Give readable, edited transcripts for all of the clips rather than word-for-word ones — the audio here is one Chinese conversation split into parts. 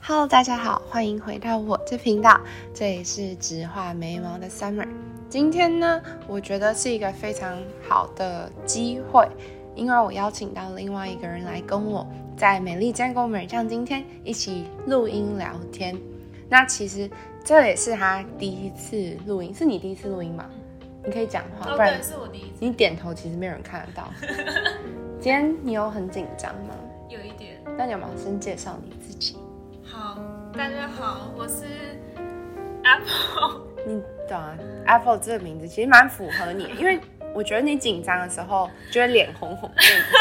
Hello， 大家好，欢迎回到我这频道，这里是只画眉毛的 Summer。今天呢，我觉得是一个非常好的机会，因为我邀请到另外一个人来跟我在美丽坚果美酱今天一起录音聊天。那其实这也是他第一次录音，是你第一次录音吗？你可以讲话，不然对，是我第一次。 你点头其实没有人看得到。今天你有很紧张吗？ 有一点。 那你有没有先介绍你自己？ 好，大家好，我是 Apple。 你懂啊 ，Apple 这个名字其实蛮符合你的，因为我觉得你紧张的时候就会脸红红的。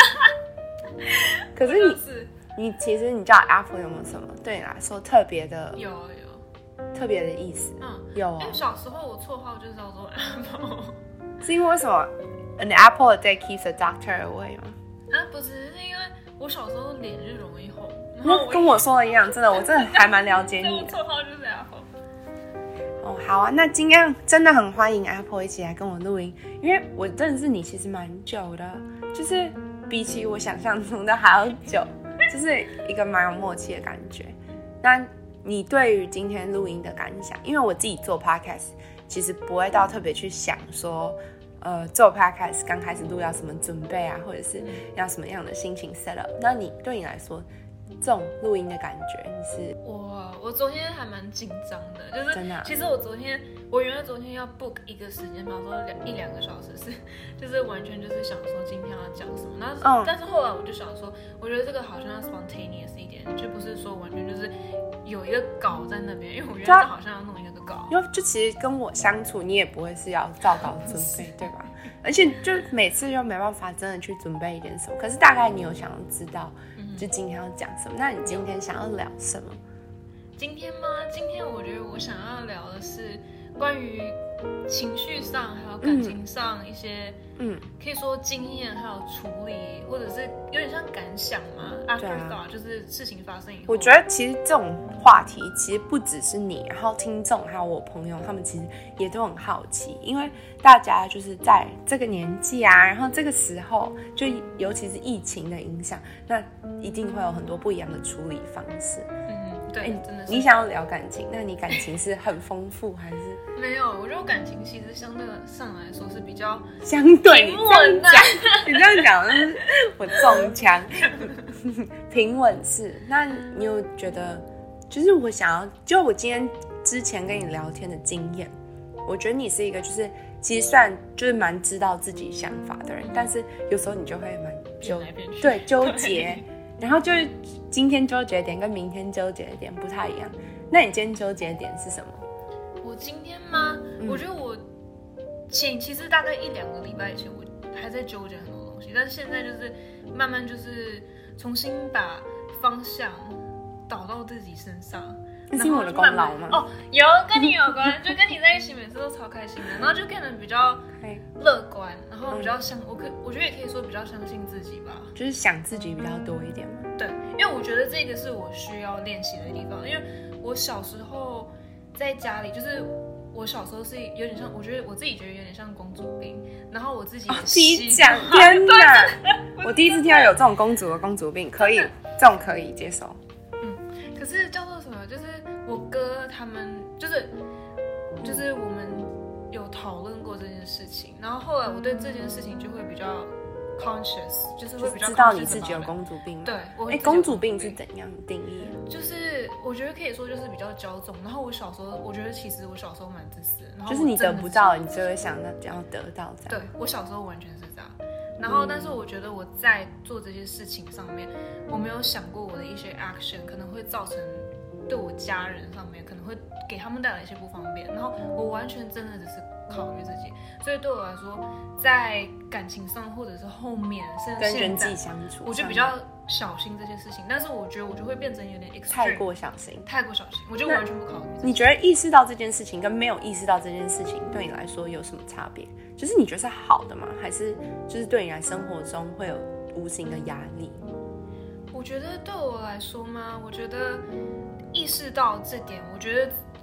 可是你其实你叫 Apple 有没有什么对你来说特别的？ 有特别的意思。有哦。 因为小时候我绰号就叫做 Apple。 是因为什么 ？An apple a day keeps the doctor away 吗？ 不是，是因为我小时候脸就容易红。 跟我说的一样，真的，我真的还蛮了解你的。 绰号就是 Apple。 哦，好啊，那今天真的很欢迎 Apple 一起来跟我录音，因为我认识你其实蛮久的，就是比起我想象中的还要久，就是一个蛮有默契的感觉。那你对于今天录音的感想？因为我自己做 podcast， 其实不会到特别去想说，做 podcast 刚开始录要什么准备啊，或者是要什么样的心情 set up。那对你来说，这种录音的感觉，你是？ 我昨天还蛮紧张的，就是真的其实我原来昨天要 book 一个时间，比方说1-2个小时，就是完全就是想说今天要讲什么，但是后来我就想说，我觉得这个好像要 spontaneous 一点，就不是说完全就是有一个稿在那边，因为我原来好像要弄一个稿， 因为就其实跟我相处，你也不会是要照稿准备，对吧？而且就每次又没办法真的去准备一点什么，可是大概你有想要知道，就今天要讲什么？那你今天想要聊什么？ 今天吗？今天我觉得我想要聊的是关于情绪上还有感情上一些，可以说经验还有处理，或者是有点像感想嘛 ，afterthought，就是事情发生以后。 我觉得其实这种话题其实不只是你，然后听众还有我朋友，他们其实也都很好奇，因为大家就是在这个年纪啊，然后这个时候，就尤其是疫情的影响，那一定会有很多不一样的处理方式。 对，真的是。 你想要聊感情，那你感情是很丰富还是？ 没有，我觉得感情其实相对上来说是比较相对平稳的。 你这样讲，就是我中枪。平稳是。那你有觉得，就是我想要，就我今天之前跟你聊天的经验，我觉得你是一个就是其实算就是蛮知道自己想法的人，但是有时候你就会蛮纠结。然后就是今天纠结点跟明天纠结的点不太一样。那你今天纠结点是什么？ 我今天吗？我觉得我其实大概1-2个礼拜以前，我还在纠结很多东西，但是现在就是慢慢就是重新把方向导到自己身上。 那是我的功劳吗？ 有跟你有关，就跟你在一起每次都超开心的，然后就变得比较乐观，然后比较我觉得也可以说比较相信自己吧， 就是想自己比较多一点嘛。 对，因为我觉得这个是我需要练习的地方，因为我小时候在家里，就是我小时候是有点像，我觉得我自己觉得有点像公主病，然后我自己自己讲，天哪！我第一次听到有这种公主的公主病，可以，这种可以接受。 可是叫做什么？就是我哥他们就是我们有讨论过这件事情，然后后来我对这件事情就会比较 conscious， 就是会比较知道你自己有公主病吗？ 对， 公主病是怎样定义？ 就是我觉得可以说就是比较骄纵，然后我小时候我觉得其实我小时候蛮自私的，然后就是你得不到，你就会想着要得到这样。 对，我小时候完全是这样。然后，但是我觉得我在做这些事情上面，我没有想过我的一些 action 可能会造成对我家人上面可能会给他们带来一些不方便。然后我完全真的只是考虑自己，所以对我来说，在感情上或者是后面甚至跟人际相处， 我就比较小心这些事情。但是我觉得我就会变成有点 extreme， 太过小心， 我就完全不考虑。 你觉得意识到这件事情跟没有意识到这件事情对你来说有什么差别？就是你觉得是好的吗？还是就是对你来生活中会有无形的压力？ 我觉得对我来说嘛，我觉得意识到这点，我觉得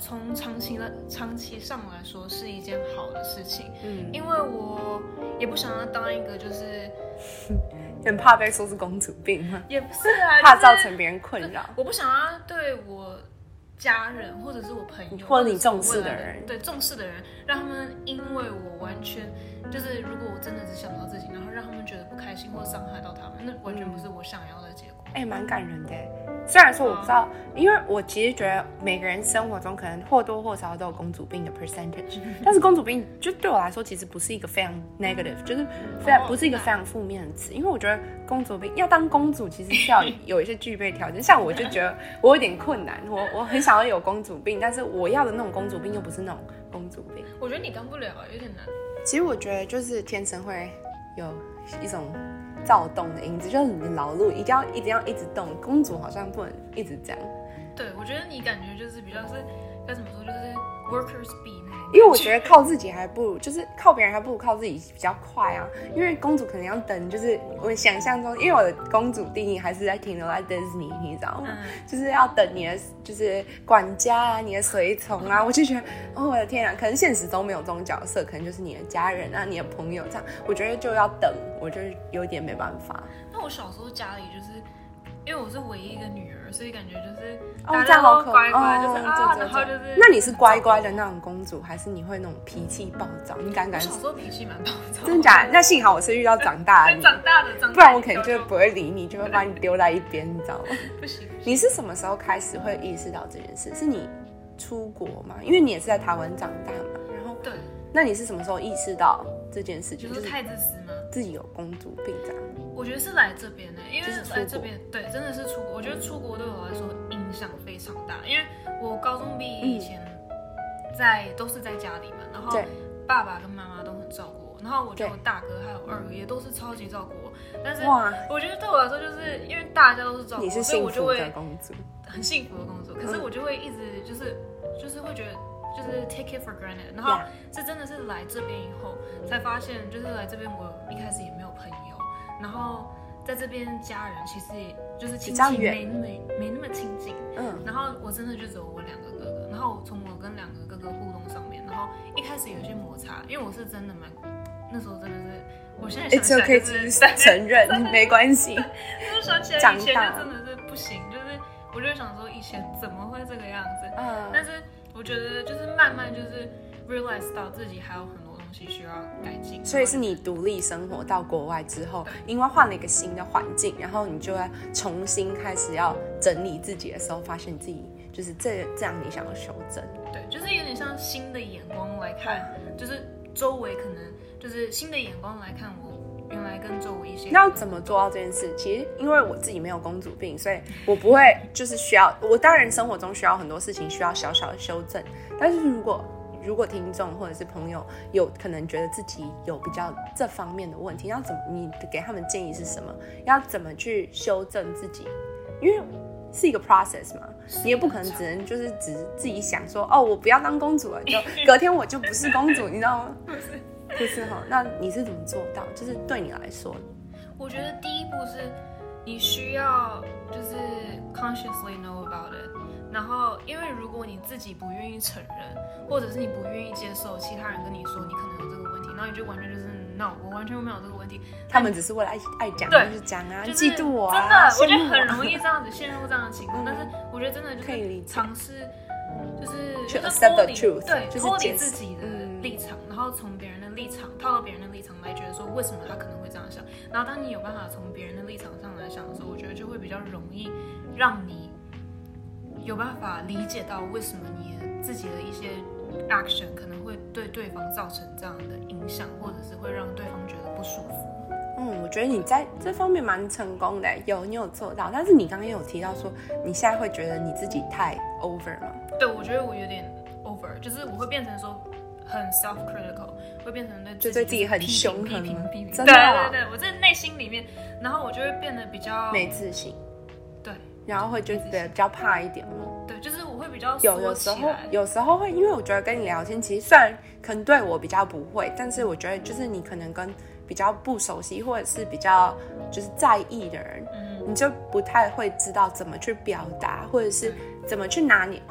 从长期上来说是一件好的事情，因为我也不想要当一个就是很怕被说是公主病吗？ 也不是啊， 怕造成别人困扰。 我不想要对我家人或者是我朋友或者你重视的人， 对重视的人，让他们因为我完全就是如果我真的只想到自己，然后让他们觉得不开心或伤害到他们，那完全不是我想要的结果。 蛮感人的。虽然说我不知道，因为我其实觉得每个人生活中可能或多或少都有公主病的 percentage，但是公主病就对我来说其实不是一个非常 negative， 就是不是一个非常负面的词，因为我觉得公主病要当公主其实是要有一些具备条件，像我就觉得我有点困难，我很想要有公主病，但是我要的那种公主病又不是那种公主病。 我觉得你当不了，有点难。 其实我觉得就是天生会有一种躁动的因子，就是你的劳碌一定要一直动，公主好像不能一直这样。 对，我觉得你感觉就是比较是该怎么说，就是 workers bee 那种。 因为我觉得靠自己还不如，就是靠别人还不如靠自己比较快啊。因为公主可能要等，就是我想象中，因为我的公主定义还是在停留在 Disney， 你知道吗？就是要等你的就是管家啊，你的随从啊，我就觉得我的天啊，可能现实中没有这种角色，可能就是你的家人啊，你的朋友这样，我觉得就要等，我就有点没办法。 那我小时候家里就是。因为我是唯一一个女儿，所以感觉就是大家都乖乖，就是然后就是。 那你是乖乖的那种公主，还是你会那种脾气暴躁？你敢？我小时候脾气蛮暴躁。 真的假的？那幸好我是遇到长大的你， 长大的， 不然我可能就不会理你，就会把你丢在一边，你知道吗？ 不行。 你是什么时候开始会意识到这件事？是你出国吗？因为你也是在台湾长大嘛，然后对。 那你是什么时候意识到这件事情？ 就是太自私吗？ 自己有公主病这样？ 我觉得是来这边的，因为来这边对，真的是出国。我觉得出国对我来说影响非常大，因为我高中毕业以前都是在家里嘛，然后爸爸跟妈妈都很照顾我，然后我觉得我大哥还有二哥也都是超级照顾我。但是我觉得对我来说，就是因为大家都是照顾我，所以我就会很幸福的公主。可是我就会一直就是会觉得。就是 take it for granted， 然后是真的是来这边以后才发现，就是来这边我一开始也没有朋友，然后在这边家人其实也就是亲戚没那么亲近，然后我真的就只有我2个哥哥，然后从我跟2个哥哥互动上面，然后一开始有一些摩擦，因为我是真的那时候真的是，我现在想起来就是承认没关系， 就是想起来以前就真的是不行，就是我就想说以前怎么会这个样子，但是。我觉得就是慢慢就是 realize 到自己还有很多东西需要改进， 所以是你独立生活到国外之后，因为换了一个新的环境，然后你就要重新开始要整理自己的时候，发现自己就是这样你想要修正。 对，就是有点像新的眼光来看，就是周围可能就是新的眼光来看我。原来跟周围一些那要怎么做到这件事？其实因为我自己没有公主病，所以我不会就是需要我当然生活中需要很多事情需要小小的修正，但是如果听众或者是朋友有可能觉得自己有比较这方面的问题，要怎么你给他们建议是什么？要怎么去修正自己？因为是一个 process 嘛，你也不可能只能就是只自己想说我不要当公主了，就隔天我就不是公主，你知道吗？就是那你是怎么做到？就是对你来说， 我觉得第一步是你需要就是 consciously know about it。然后，因为如果你自己不愿意承认，或者是你不愿意接受其他人跟你说你可能有这个问题，然后你就完全就是 no， 我完全没有这个问题。 他们只是为了爱讲，就是讲啊，就是、嫉妒我啊， 真的，我觉得很容易这样子陷入这样的情况。但是我觉得真的就是尝试，就是去 accept the truth， 对，脱离自己的立场，然后从别人的立场套到别人的立场来觉得说为什么他可能会这样想。然后当你有办法从别人的立场上来想的时候，我觉得就会比较容易让你有办法理解到为什么你自己的一些 action 可能会对对方造成这样的影响，或者是会让对方觉得不舒服。 我觉得你在这方面蛮成功的，你有做到。但是你刚刚也有提到说，你现在会觉得你自己太 over 吗？ 对，我觉得我有点 over， 就是我会变成说很 self-critical， 会变成对自己很凶， 批评。 真的对，我在内心里面，然后我就会变得比较没自信。 对， 然后会觉得比较怕一点吗？ 对，就是我会比较缩起来。 有时候会，因为我觉得跟你聊天，其实虽然可能对我比较不会，但是我觉得就是你可能跟比较不熟悉或者是比较就是在意的人，你就不太会知道怎么去表达，或者是怎么去拿捏。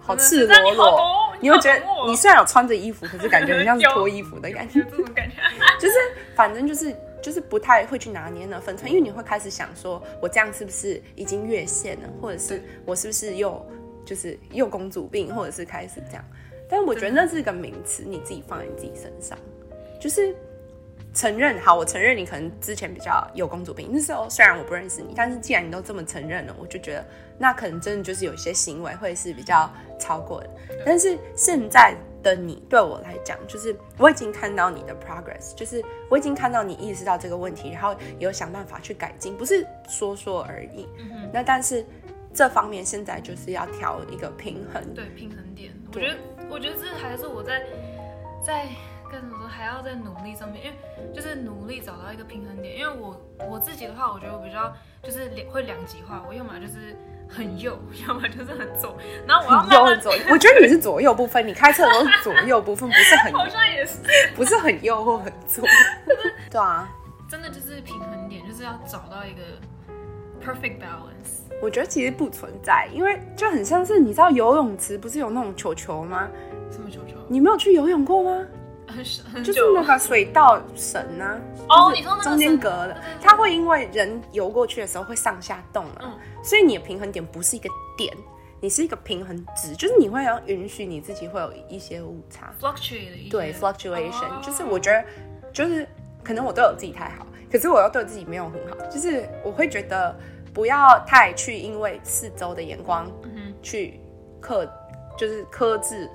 好赤裸裸，你会觉得你虽然有穿着衣服，可是感觉很像是脱衣服的感觉， 这种感觉， 就是反正就是不太会去拿捏那分寸，因为你会开始想说，我这样是不是已经越线了，或者是我是不是又公主病，或者是开始这样。但我觉得那是一个名词，你自己放在你自己身上，就是承认。好，我承认你可能之前比较有公主病，那时候虽然我不认识你，但是既然你都这么承认了，我就觉得那可能真的就是有一些行为会是比较超过的。但是现在的你对我来讲，就是我已经看到你的 progress， 就是我已经看到你意识到这个问题，然后有想办法去改进，不是说而已。那但是这方面现在就是要调一个平衡， 对，平衡点。我觉得这还是我在跟怎么说，还要在努力上面，因为就是努力找到一个平衡点。因为我自己的话，我觉得我比较就是会两极化，我要么就是很右，要么就是很左，然后我要慢慢左。我觉得你是左右不分，你开车都是左右不分，不是很好像也是， 不是很右或很左。对啊， 真的就是平衡点，就是要找到一个 perfect balance。 我觉得其实不存在，因为就很像是你知道游泳池不是有那种球球吗？ 什么球球？ 你没有去游泳过吗？ 很就是那个水稻绳啊， 你说那个中间隔了，它会因为人游过去的时候会上下动啊，所以你的平衡点不是一个点，你是一个平衡值，就是你会要允许你自己会有一些误差 ，fluctuate 的一些， 对 fluctuation，就是我觉得就是可能我对我自己太好，可是我又对自己没有很好，就是我会觉得不要太去因为四周的眼光去就是克制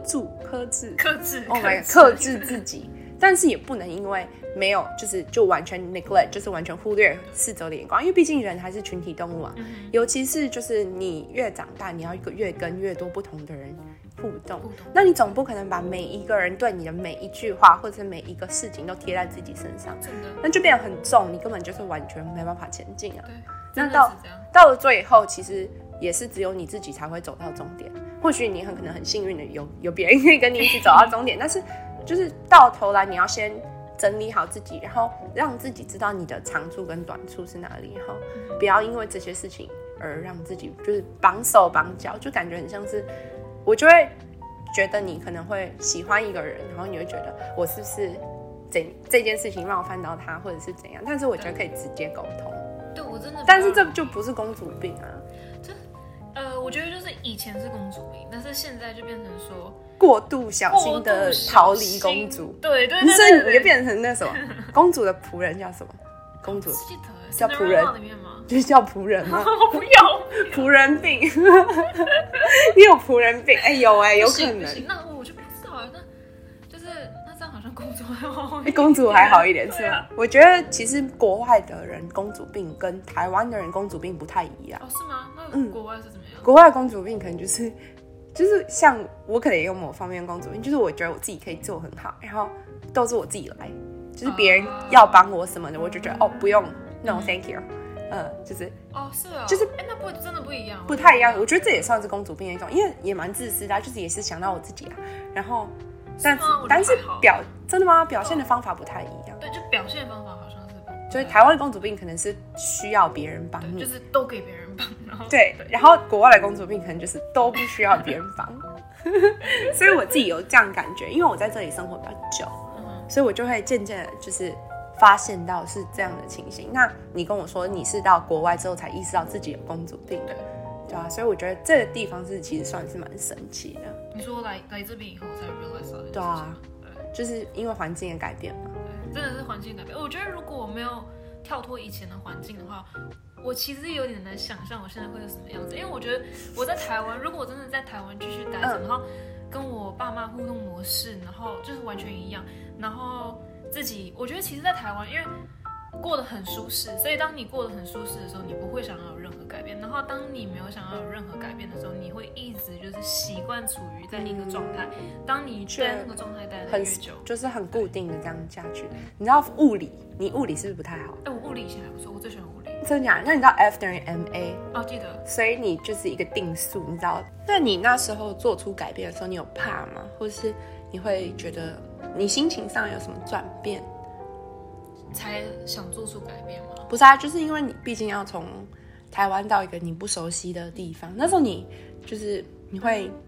自己，但是也不能因为没有就完全 neglect， 就是完全忽略四周的眼光，因为毕竟人还是群体动物啊，尤其是就是你越长大，你要越跟越多不同的人互动，那你总不可能把每一个人对你的每一句话或者是每一个事情都贴在自己身上，那就变得很重，你根本就是完全没办法前进啊。那到了最后，其实也是只有你自己才会走到终点。或许你可能很幸运的有别人可以跟你一起走到终点，但是就是到头来你要先整理好自己，然后让自己知道你的长处跟短处是哪里，然后不要因为这些事情而让自己就是绑手绑脚，就感觉很像是我就会觉得你可能会喜欢一个人，然后你会觉得我是不是这件事情让我翻到他，或者是怎样，但是我觉得可以直接沟通。 对，我真的， 但是这就不是公主病啊。 我觉得就是以前是公主病，但是现在就变成说过度小心的逃离公主。 对， 所以你就变成那什么公主的仆人叫什么？公主叫仆人，就是叫仆人吗？ 我不要仆人病。你有仆人病？有可能。 那我就不知道那就是那这样好像公主还好， 公主还好一点是吗？我觉得其实国外的人公主病跟台湾的人公主病不太一样。 是吗？那国外是怎么样？ 国外的公主病可能就是像我可能也有某方面的公主病，就是我觉得我自己可以做很好，然后都是我自己来，就是别人要帮我什么的，我就觉得不用 ，no thank you，就是就是那不真的不一样， 不太一样。我觉得这也算是公主病的一种，因为也蛮自私的，就是也是想到我自己啊，然后但是真的吗？表现的方法不太一样。 对，就表现的方法好像是不， 就是台湾的公主病可能是需要别人帮你， 就是都给别人帮， 然后国外的公主病可能就是都不需要别人帮。所以我自己有这样感觉，因为我在这里生活比较久，所以我就会渐渐的就是发现到是这样的情形。那你跟我说你是到国外之后才意识到自己有公主病的，对啊，所以我觉得这个地方其实算是蛮神奇的。 你说来这边以后才 realize 到， 对啊，就是因为环境的改变嘛。 真的是环境改变。我觉得如果我没有跳脱以前的环境的话，我其实有点难想象我现在会是什么样子。因为我觉得我在台湾，如果我真的在台湾继续待着，然后跟我爸妈互动模式，然后就是完全一样，然后自己，我觉得其实在台湾，因为过得很舒适，所以当你过得很舒适的时候，你不会想要有任何改变。然后当你没有想要有任何改变的时候，你会一直就是习惯处于在一个状态。当你在那个状态待得越久， 就是很固定的这样下去。你知道你物理是不是不太好？ 我物理以前还不错，我最喜欢物理。 真的假的？那你知道 F 等于 ma？ 记得。 所以你就是一个定数，你知道？那你那时候做出改变的时候，你有怕吗？或是你会觉得你心情上有什么转变？ 才想做出改变吗？ 不是啊，就是因为你毕竟要从台湾到一个你不熟悉的地方，那时候你会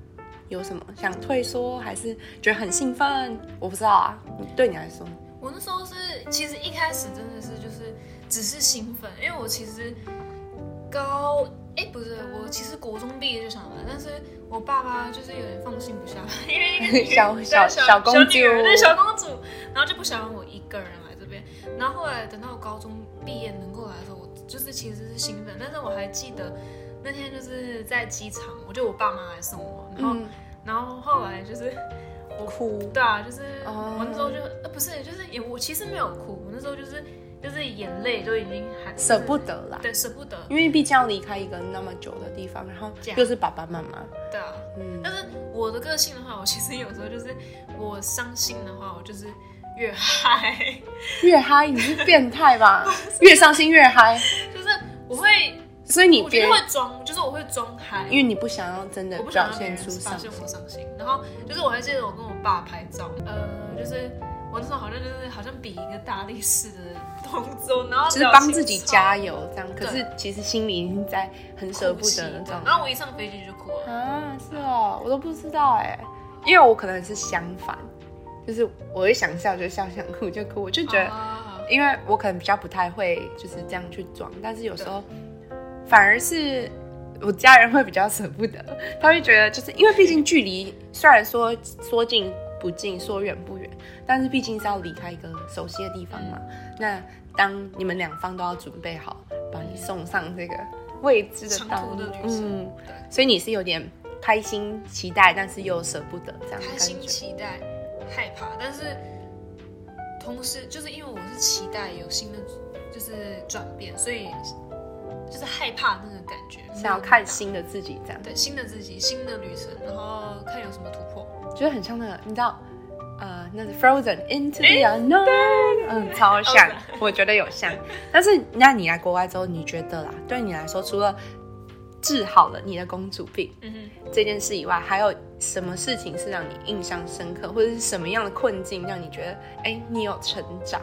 有什么想退缩，还是觉得很兴奋？我不知道啊，对你来说， 我那时候是其实一开始真的是就是只是兴奋，因为我其实不是，我其实国中毕业就想来，但是我爸爸就是有点放心不下来，因为小公主， 对小公主，然后就不想让我一个人来这边。然后后来等到我高中毕业能够来的时候，我就是其实是兴奋，但是我还记得那天就是在机场，我爸妈来送我，然后后来就是我哭， 对啊，就是我那时候就不是，就是我其实没有哭，我那时候就是眼泪都已经舍不得啦， 对，舍不得， 因为毕竟要离开一个那么久的地方，然后又是爸爸妈妈， 对啊，但是我的个性的话，我其实有时候就是我伤心的话，我就是越嗨， 你是变态吧？越伤心越嗨， 就是我会， 所以你我觉得会装，就是我会装嗨， 因为你不想要真的表现出发现我伤心，然后就是我还记得我跟我爸拍照，就是我那时候好像比一个大力士的动作，然后就是帮自己加油这样，可是其实心里已经在很舍不得那种。 然后我一上飞机就哭了啊，是哦，我都不知道哎，因为我可能是相反，就是我会想笑就笑，想哭就哭，我就觉得，因为我可能比较不太会就是这样去装，但是有时候反而是我家人会比较舍不得，他会觉得就是因为毕竟距离虽然说说近不近，说远不远，但是毕竟是要离开一个熟悉的地方嘛。那当你们两方都要准备好，把你送上这个未知的道路， 长途的旅程， 所以你是有点开心期待，但是又舍不得这样的感觉。 开心期待，害怕，但是同时就是因为我是期待有新的就是转变，所以就是害怕那个感觉， 想要看新的自己这样。 对，新的自己，新的旅程，然后看有什么突破。 觉得很像那个，你知道，那是 Frozen Into the Unknown，超像，我觉得有像。但是，那你来国外之后，你觉得啦，对你来说，除了治好了你的公主病这件事以外，还有什么事情是让你印象深刻，或者是什么样的困境让你觉得，你有成长？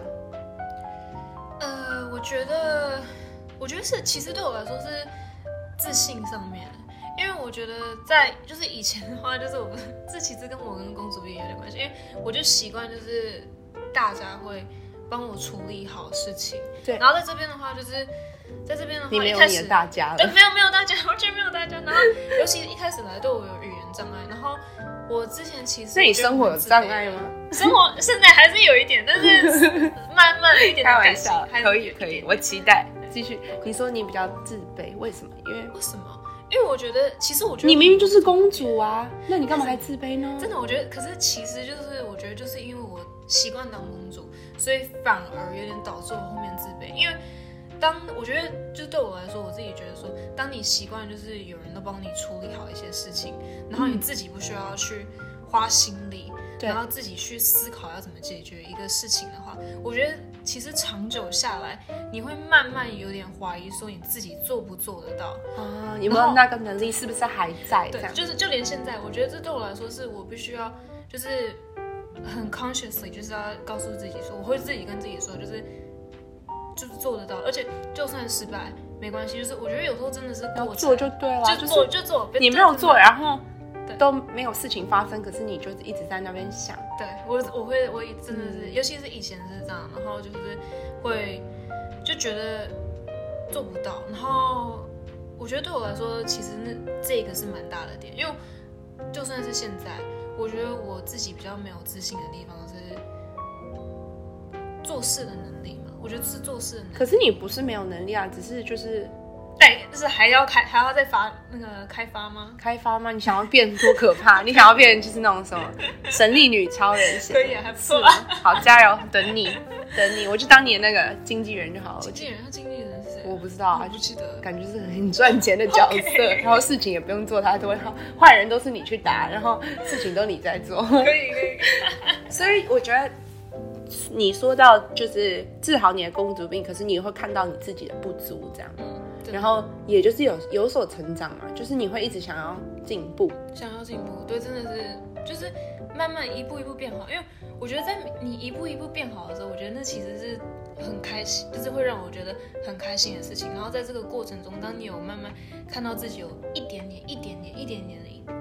我觉得是，其实对我来说是自信上面。因为我觉得在就是以前的话，就是这其实跟我跟公主病有点关系，因为我就习惯就是大家会帮我处理好事情，对。然后在这边的话，就是在这边的话， 你没有你的大家了， 对，没有大家，完全没有大家。然后尤其一开始来对我有语言障碍，然后我之前其实那你生活有障碍吗？ 生活现在还是有一点，但是慢慢一点的改进， 可以，我期待继续。你说你比较自卑，为什么？ 为什么？因为我觉得你明明就是公主啊，那你干嘛还自卑呢？ 真的，我觉得，可是其实就是我觉得就是因为我习惯当公主，所以反而有点导致我后面自卑。因为我觉得就是对我来说，我自己觉得说，当你习惯就是有人都帮你处理好一些事情，然后你自己不需要去花心力，然后自己去思考要怎么解决一个事情的话，我觉得其实长久下来，你会慢慢有点怀疑说你自己做不做得到啊？有没有那个能力？是不是还在？ 对，就连现在，我觉得这对我来说是我必须要就是很 consciously 就是要告诉自己说，我会自己跟自己说，就是做得到，而且就算失败没关系，就是我觉得有时候真的是过程， 做就对了， 就做， 你没有做，然后都没有事情发生，可是你就一直在那边想。 对，我真的是，尤其是以前是这样，然后就是会就觉得做不到，然后我觉得对我来说，其实这个是蛮大的点，因为就算是现在，我觉得我自己比较没有自信的地方是做事的能力嘛，我觉得是做事的能力。 可是你不是没有能力啊，只是就是还要再开发吗？ 开发吗？你想要变多可怕？你想要变就是那种什么神力女超人型？ 可以啊，还不错。 好，加油，等你，我就当你的那个经纪人就好了。 经纪人是谁？ 我不知道啊， 我不记得， 感觉是很赚钱的角色， okay. 然后事情也不用做他多，坏人都是你去打，然后事情都你在做。 可以。 所以我觉得你说到就是治好你的公主病，可是你会看到你自己的不足这样。然后也就是有所成长嘛，就是你会一直想要进步， 对，真的是就是慢慢一步一步变好。因为我觉得在你一步一步变好的时候，我觉得那其实是很开心，就是会让我觉得很开心的事情。然后在这个过程中，当你有慢慢看到自己有一点点的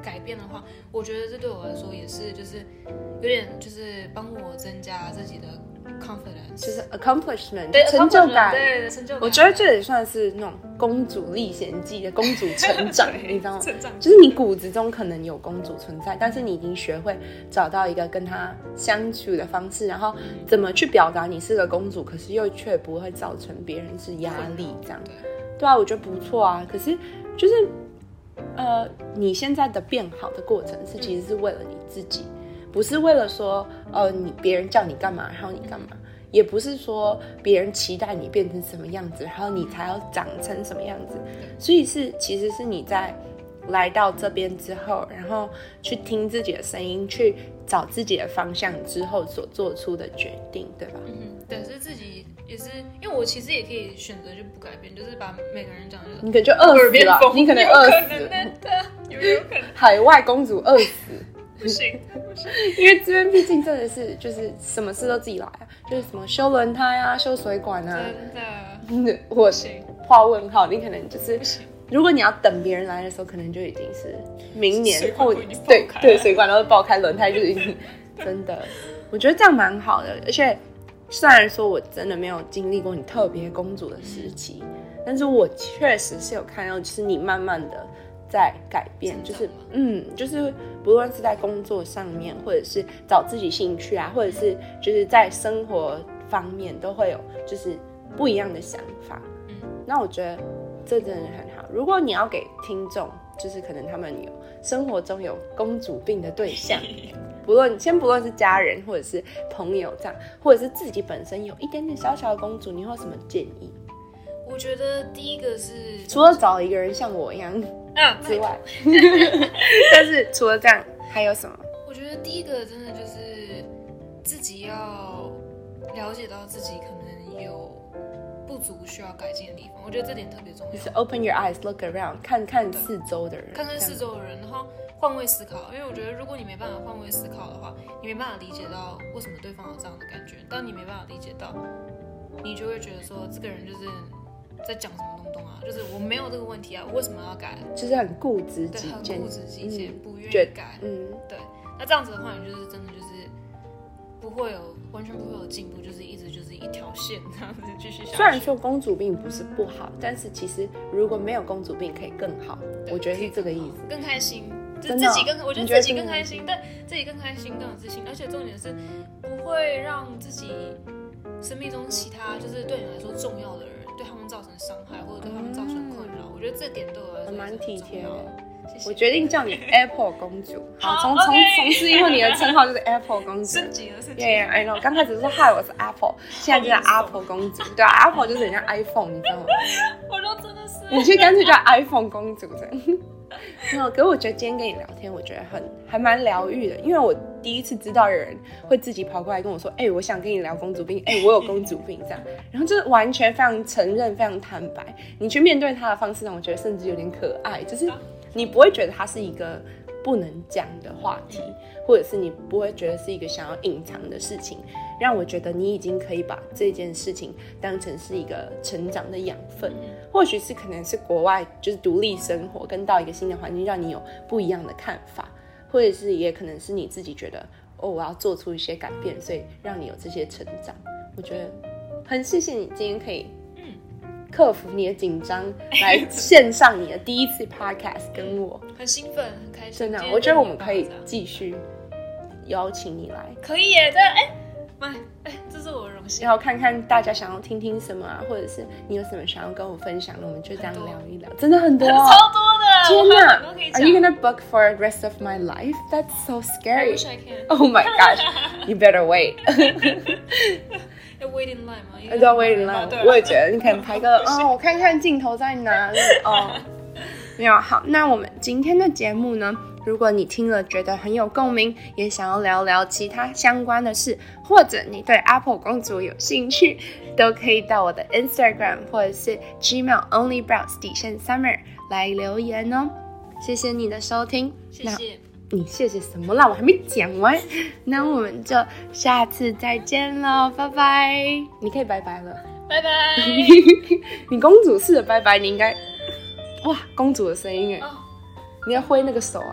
改变的话，我觉得这对我来说也是就是有点就是帮我增加自己的 confidence， 就是 accomplishment， 对成就感， 对成就感。 我觉得这也算是那种公主历险记的公主成长，你知道吗？ 成长就是你骨子中可能有公主存在，但是你已经学会找到一个跟她相处的方式，然后怎么去表达你是个公主，可是又却不会造成别人是压力这样。对啊，我觉得不错啊。可是就是你现在的变好的过程是其实是为了你自己，不是为了说你别人叫你干嘛然后你干嘛，也不是说别人期待你变成什么样子然后你才要长成什么样子。所以其实是你在来到这边之后，然后去听自己的声音，去找自己的方向之后所做出的决定，对吧？ 对，是自己也是，因为我其实也可以选择就不改变，就是把每个人讲的， 你可能就饿死了，你可能饿死了， 有可能海外公主饿死。 不行， 因为这边毕竟真的是就是什么事都自己来啊，就是什么修轮胎啊、修水管啊， 真的， 我画问号，你可能就是如果你要等别人来的时候，可能就已经是明年后，对，水管都会爆开，轮胎就已经真的，我觉得这样蛮好的。而且虽然说我真的没有经历过你特别公主的时期，但是我确实是有看到，就是你慢慢的在改变，就是不论是在工作上面，或者是找自己兴趣啊，或者是就是在生活方面都会有就是不一样的想法。那我觉得这真的很好。如果你要给听众，就是可能他们有生活中有公主病的对象，不论是家人或者是朋友这样，或者是自己本身有一点点小小的公主，你会有什么建议？ 我觉得第一个是除了找一个人像我一样之外，但是除了这样还有什么？ 我觉得第一个真的就是自己要了解到自己可能有不足需要改进的地方，我觉得这点特别重要。 就是 open your eyes, look around， 看看四周的人， 看看四周的人，然后换位思考。因为我觉得如果你没办法换位思考的话，你没办法理解到为什么对方有这样的感觉。当你没办法理解到，你就会觉得说这个人就是在讲什么东东啊，就是我没有这个问题啊，我为什么要改？ 就是很固执己见， 很固执己见，不愿意改。对。那这样子的话，你就是真的就是完全不会有进步，就是一直就是一条线这样子继续下去。 虽然说公主病不是不好，但是其实如果没有公主病可以更好，我觉得是这个意思。 更开心， 真的， 我觉得自己更开心，对自己更开心，更有自信，而且重点是不会让自己生命中其他就是对你来说重要的人对他们造成伤害，或者对他们造成困扰。我觉得这点对我来说蛮体贴的。 谢谢。 我决定叫你 Apple 公主。好，从此以后你的称号就是 Apple 公主。 升级了。 Yeah, I know。刚开始说嗨，我是 Apple， 现在就叫 Apple 公主。对啊 ，Apple 就是很像 iPhone， 你知道吗？ 我说真的是。 你就干脆叫 iPhone 公主这样。可是我觉得今天跟你聊天，我觉得还蛮疗愈的，因为我第一次知道有人会自己跑过来跟我说，我想跟你聊公主病，我有公主病这样，然后就是完全非常承认、非常坦白，你去面对他的方式让我觉得甚至有点可爱，就是你不会觉得它是一个不能讲的话题，或者是你不会觉得是一个想要隐藏的事情，让我觉得你已经可以把这件事情当成是一个成长的养分，或许是可能是国外就是独立生活跟到一个新的环境让你有不一样的看法，或者是也可能是你自己觉得我要做出一些改变，所以让你有这些成长。我觉得很谢谢你今天可以克服你的紧张来线上你的第一次 podcast 跟我很兴奋很开心， 真的我觉得我们可以继续邀请你来， 可以耶，对，这是我的荣幸。 然后看看大家想要听听什么啊，或者是你有什么想要跟我分享的，我们就这样聊一聊。真的很多， 超多的， 天哪 ！Are you gonna book for the rest of my life? That's so scary. I wish I can. Oh my gosh, you better wait. 要 wait in line 吗？ 要 wait in line， 我也觉得你可能排个我看看镜头在哪里没有好，那我们今天的节目呢，如果你听了觉得很有共鸣，也想要聊聊其他相关的事，或者你对 Apple 公主有兴趣，都可以到我的 Instagram 或者是 Gmail onlybrows_summer 来留言哦。谢谢你的收听， 谢谢。 你谢谢什么啦？我还没讲完。那我们就下次再见咯，拜拜。你可以拜拜了， 拜拜。 你公主式的拜拜，你应该哇，公主的声音你要挥那个手啊。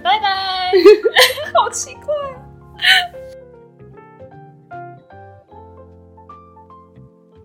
拜拜。好奇怪。